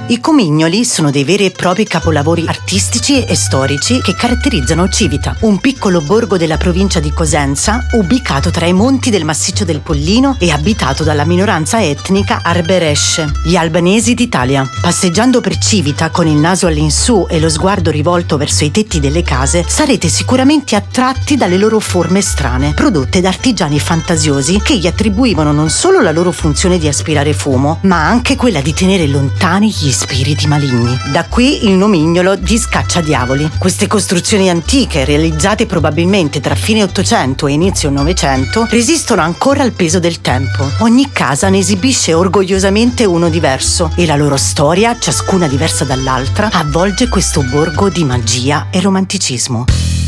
I Comignoli sono dei veri e propri capolavori artistici e storici che caratterizzano Civita, un piccolo borgo della provincia di Cosenza, ubicato tra i monti del massiccio del Pollino e abitato dalla minoranza etnica Arberesce, gli albanesi d'Italia. Passeggiando per Civita con il naso all'insù e lo sguardo rivolto verso i tetti delle case, sarete sicuramente attratti dalle loro forme strane, prodotte da artigiani fantasiosi che gli attribuivano non solo la loro funzione di aspirare fumo, ma anche quella di tenere lontani gli spiriti maligni. Da qui il nomignolo di Scacciadiavoli. Queste costruzioni antiche, realizzate probabilmente tra fine 800 e inizio 900, resistono ancora al peso del tempo. Ogni casa ne esibisce orgogliosamente uno diverso e la loro storia, ciascuna diversa dall'altra, avvolge questo borgo di magia e romanticismo.